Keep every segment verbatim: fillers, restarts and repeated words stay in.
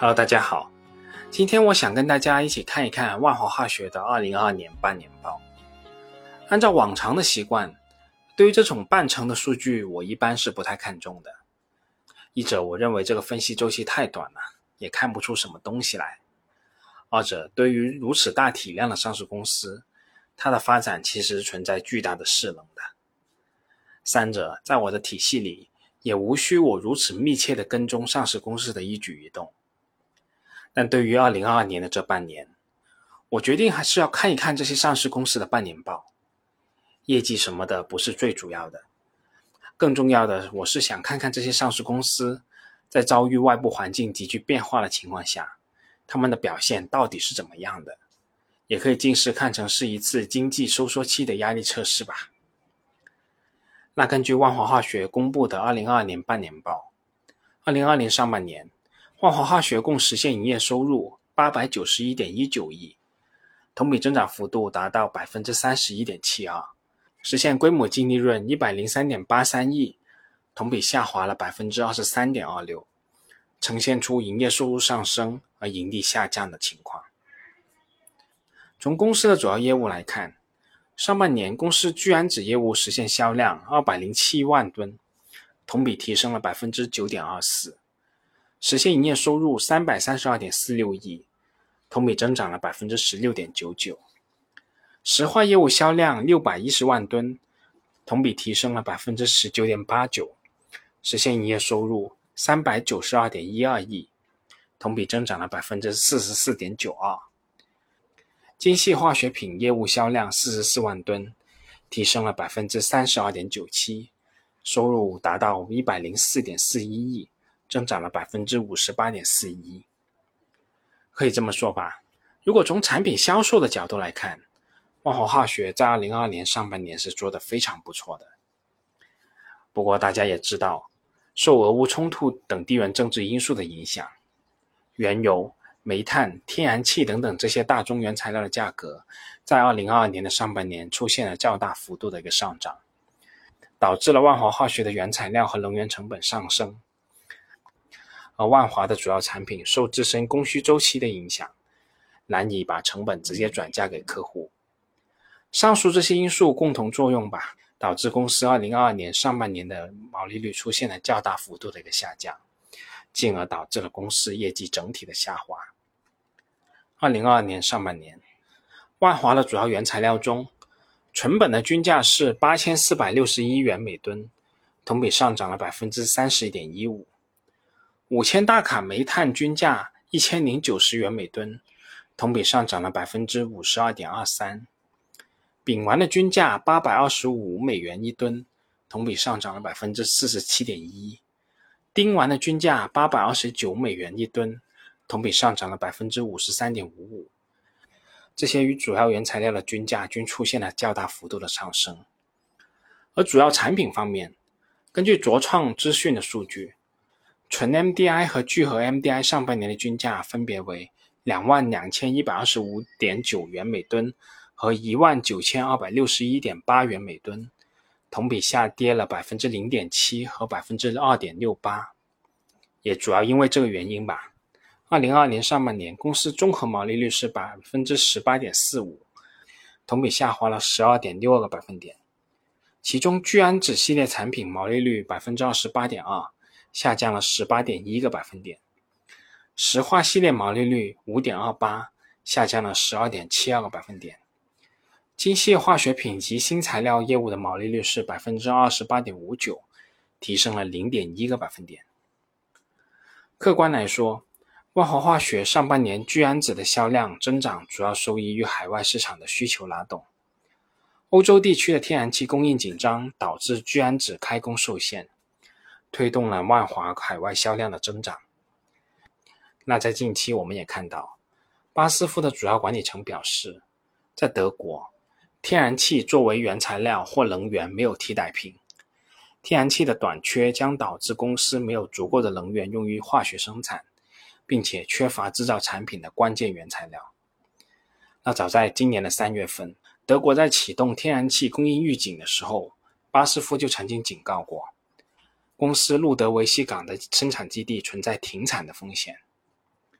Hello， 大家好，今天我想跟大家一起看一看万华化学的二零二二年半年报。按照往常的习惯，对于这种半程的数据，我一般是不太看重的。一者我认为这个分析周期太短了，也看不出什么东西来。二者对于如此大体量的上市公司，它的发展其实存在巨大的势能的。三者在我的体系里，也无需我如此密切地跟踪上市公司的一举一动。但对于二零二二年的这半年，我决定还是要看一看这些上市公司的半年报。业绩什么的不是最主要的，更重要的我是想看看这些上市公司在遭遇外部环境急剧变化的情况下，他们的表现到底是怎么样的，也可以近似看成是一次经济收缩期的压力测试吧。那根据万华化学公布的二零二二年半年报，二零二二年上半年万华化学共实现营业收入 八百九十一点一九亿，同比增长幅度达到 百分之三十一点七二， 实现规模净利润 一百零三点八三亿，同比下滑了 百分之二十三点二六， 呈现出营业收入上升而盈利下降的情况。从公司的主要业务来看，上半年公司聚氨酯业务实现销量二百零七万吨，同比提升了 百分之九点二四，实现营业收入 三百三十二点四六亿，同比增长了 百分之十六点九九。石化业务销量六百一十万吨，同比提升了 百分之十九点八九，实现营业收入 三百九十二点一二亿，同比增长了 百分之四十四点九二。精细化学品业务销量四十四万吨，提升了 百分之三十二点九七，收入达到 一百零四点四一亿，增长了 百分之五十八点四一。可以这么说吧，如果从产品销售的角度来看，万华化学在二零二二年上半年是做得非常不错的。不过大家也知道，受俄乌冲突等地缘政治因素的影响，原油、煤炭、天然气等等这些大宗原材料的价格在二零二二年的上半年出现了较大幅度的一个上涨，导致了万华化学的原材料和能源成本上升。而万华的主要产品受自身供需周期的影响，难以把成本直接转嫁给客户。上述这些因素共同作用吧，导致公司二零二二年上半年的毛利率出现了较大幅度的一个下降，进而导致了公司业绩整体的下滑。二零二二年上半年，万华的主要原材料中，纯锰的均价是八千四百六十一元每吨，同比上涨了 百分之三十点一五。五千大卡煤炭均价一千零九十元每吨，同比上涨了 百分之五十二点二三。丙烷的均价八百二十五美元一吨，同比上涨了 百分之四十七点一。丁烷的均价八百二十九美元一吨，同比上涨了 百分之五十三点五五。这些与主要原材料的均价均出现了较大幅度的上升。而主要产品方面，根据卓创资讯的数据，纯 M D I 和聚合 M D I 上半年的均价分别为 两万两千一百二十五点九元每吨和 一万九千二百六十一点八元每吨，同比下跌了 百分之零点七 和 百分之二点六八。 也主要因为这个原因吧，二零二二年上半年公司综合毛利率是 百分之十八点四五， 同比下滑了 十二点六二个百分点。其中聚氨酯系列产品毛利率 百分之二十八点二， 下降了 十八点一个百分点。石化系列毛利率 五点二八， 下降了 十二点七二个百分点。精细化学品及新材料业务的毛利率是 百分之二十八点五九， 提升了 零点一个百分点。客观来说，万华化学上半年聚氨酯的销量增长主要受益于海外市场的需求拉动。欧洲地区的天然气供应紧张导致聚氨酯开工受限，推动了万华海外销量的增长。那在近期我们也看到，巴斯夫的主要管理层表示，在德国，天然气作为原材料或能源没有替代品，天然气的短缺将导致公司没有足够的能源用于化学生产，并且缺乏制造产品的关键原材料。那早在今年的三月份，德国在启动天然气供应预警的时候，巴斯夫就曾经警告过，公司路德维希港的生产基地存在停产的风险。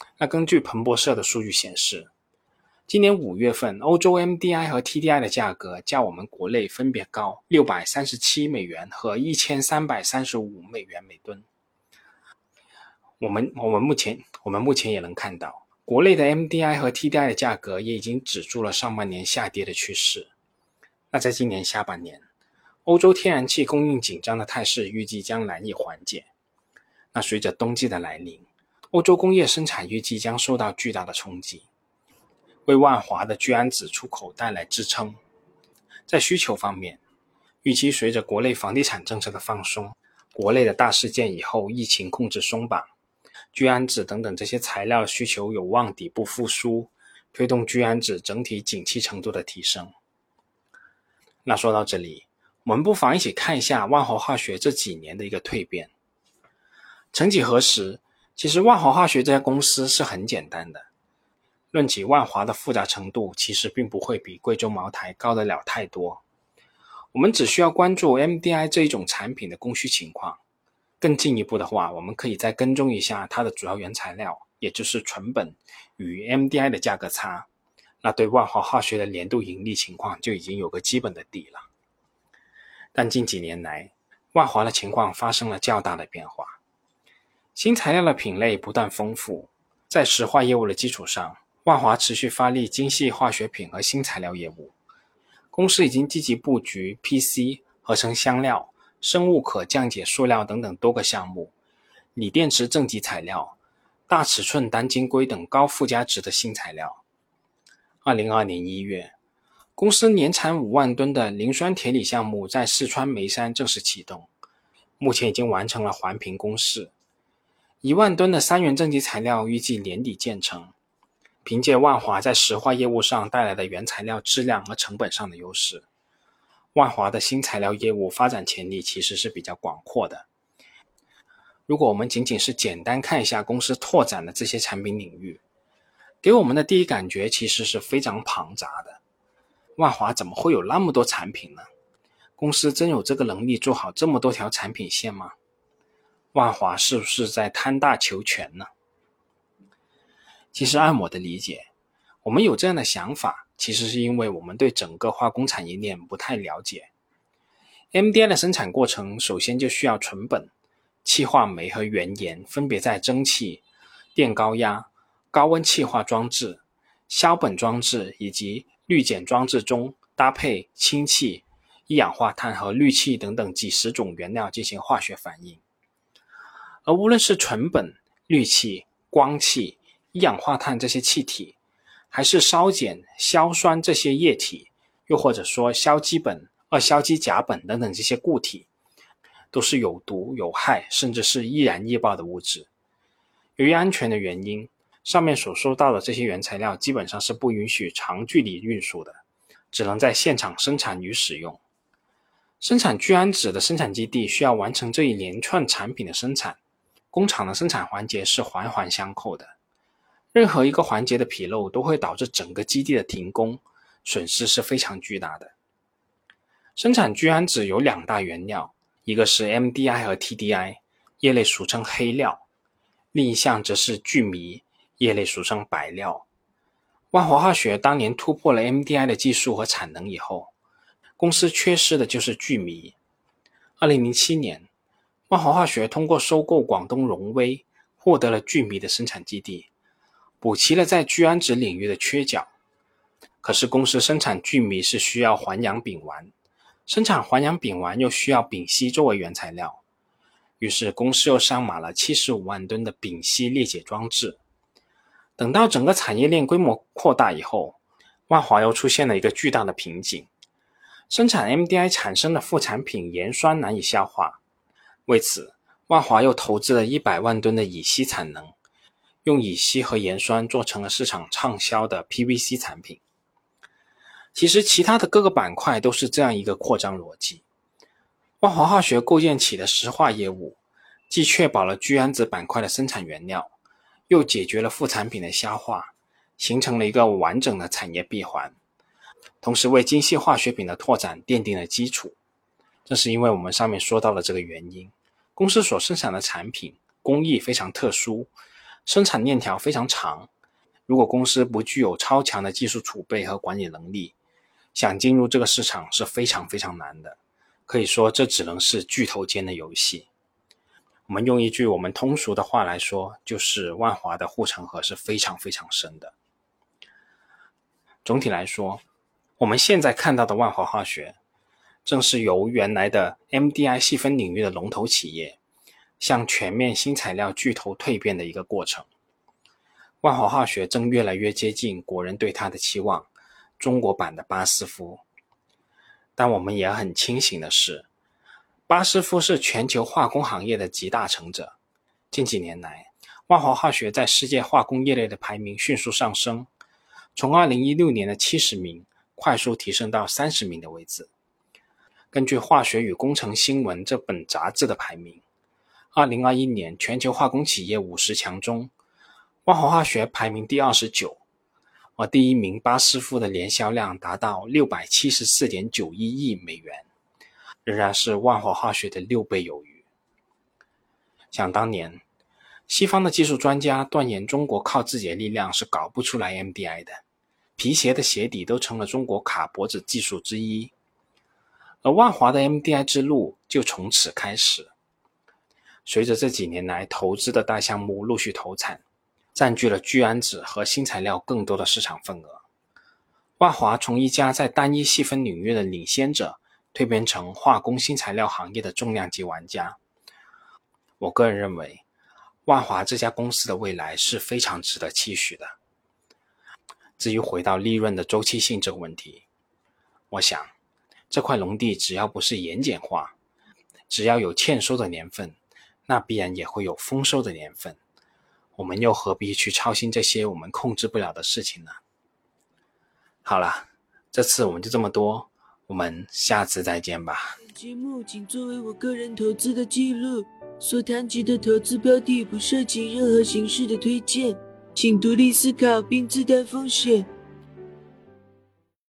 那根据彭博社的数据显示，今年五月份欧洲 M D I 和 T D I 的价格较我们国内分别高六百三十七美元和一千三百三十五美元每吨。我们我们目前我们目前也能看到，国内的 M D I 和 T D I 的价格也已经止住了上半年下跌的趋势。那在今年下半年，欧洲天然气供应紧张的态势预计将难以缓解。那随着冬季的来临，欧洲工业生产预计将受到巨大的冲击，为万华的聚氨酯出口带来支撑。在需求方面，预期随着国内房地产政策的放松，国内的大事件以后疫情控制松绑，聚氨酯等等这些材料需求有望底部复苏，推动聚氨酯整体景气程度的提升。那说到这里，我们不妨一起看一下万华化学这几年的一个蜕变。曾几何时，其实万华化学这家公司是很简单的，论起万华的复杂程度，其实并不会比贵州茅台高得了太多。我们只需要关注 M D I 这一种产品的供需情况，更进一步的话，我们可以再跟踪一下它的主要原材料，也就是纯苯与 M D I 的价格差，那对万华化学的年度盈利情况就已经有个基本的底了。但近几年来，万华的情况发生了较大的变化，新材料的品类不断丰富，在石化业务的基础上，万华持续发力精细化学品和新材料业务。公司已经积极布局 P C、合成香料、生物可降解塑料等等多个项目，锂电池正极材料、大尺寸单晶硅等高附加值的新材料。二零二二年一月，公司年产五万吨的磷酸铁锂项目在四川眉山正式启动，目前已经完成了环评公示。一万吨的三元正极材料预计年底建成。凭借万华在石化业务上带来的原材料质量和成本上的优势，万华的新材料业务发展潜力其实是比较广阔的。如果我们仅仅是简单看一下公司拓展的这些产品领域，给我们的第一感觉其实是非常庞杂的。万华怎么会有那么多产品呢？公司真有这个能力做好这么多条产品线吗？万华是不是在贪大求全呢？其实按我的理解，我们有这样的想法，其实是因为我们对整个化工产业链不太了解。M D I 的生产过程首先就需要纯苯、气化酶和原盐分别在蒸汽、电高压、高温气化装置、硝苯装置以及氯碱装置中搭配氢气、一氧化碳和氯气等等几十种原料进行化学反应。而无论是纯苯、氯气、光气、一氧化碳这些气体，还是烧碱、硝酸这些液体，又或者说硝基苯、二硝基甲苯等等这些固体，都是有毒有害甚至是易燃易爆的物质。由于安全的原因，上面所说到的这些原材料基本上是不允许长距离运输的，只能在现场生产与使用。生产聚氨酯的生产基地需要完成这一连串产品的生产，工厂的生产环节是环环相扣的，任何一个环节的纰漏都会导致整个基地的停工，损失是非常巨大的。生产聚氨酯有两大原料，一个是 M D I 和 T D I， 业内俗称黑料，另一项则是聚醚，业内俗称白料。万华化学当年突破了 M D I 的技术和产能以后，公司缺失的就是聚醚。二零零七年，万华化学通过收购广东荣威，获得了聚醚的生产基地，补齐了在聚氨酯领域的缺角。可是公司生产聚醚是需要环氧丙烷，生产环氧丙烷又需要丙烯作为原材料，于是公司又上马了七十五万吨的丙烯裂解装置。等到整个产业链规模扩大以后，万华又出现了一个巨大的瓶颈，生产 M D I 产生的副产品盐酸难以消化，为此万华又投资了一百万吨的乙烯产能，用乙烯和盐酸做成了市场畅销的 P V C 产品。其实其他的各个板块都是这样一个扩张逻辑。万华化学构建起的石化业务，既确保了聚氨酯板块的生产原料，又解决了副产品的消化，形成了一个完整的产业闭环，同时为精细化学品的拓展奠定了基础。正是因为我们上面说到的这个原因，公司所生产的产品工艺非常特殊， 生产链条非常长，如果公司不具有超强的技术储备和管理能力，想进入这个市场是非常非常难的，可以说这只能是巨头间的游戏。我们用一句我们通俗的话来说，就是万华的护城河是非常非常深的。总体来说，我们现在看到的万华化学，正是由原来的 M D I 细分领域的龙头企业，向全面新材料巨头蜕变的一个过程。万华化学正越来越接近国人对它的期望，中国版的巴斯夫。但我们也很清醒的是，巴斯夫是全球化工行业的集大成者。近几年来，万华化学在世界化工业类的排名迅速上升，从二零一六年的七十名快速提升到三十名的位置。根据《化学与工程新闻》这本杂志的排名，二零二一年全球化工企业五十强中，万华化学排名第二十九，而第一名巴斯夫的年销量达到 六百七十四点九一亿美元，仍然是万华化学的六倍有余。想当年，西方的技术专家断言中国靠自己的力量是搞不出来 M D I 的，皮鞋的鞋底都成了中国卡脖子技术之一。而万华的 M D I 之路就从此开始。随着这几年来投资的大项目陆续投产，占据了聚氨酯和新材料更多的市场份额。万华从一家在单一细分领域的领先者，蜕变成化工新材料行业的重量级玩家。我个人认为，万华这家公司的未来是非常值得期许的。至于回到利润的周期性这个问题，我想这块农地只要不是盐碱化，只要有欠收的年份，那必然也会有丰收的年份。我们又何必去操心这些我们控制不了的事情呢？好了，这次我们就这么多，我们下次再见吧。 本节目仅作为我个人投资的记录，所谈及的投资标的不涉及任何形式的推荐，请独立思考并自担风险。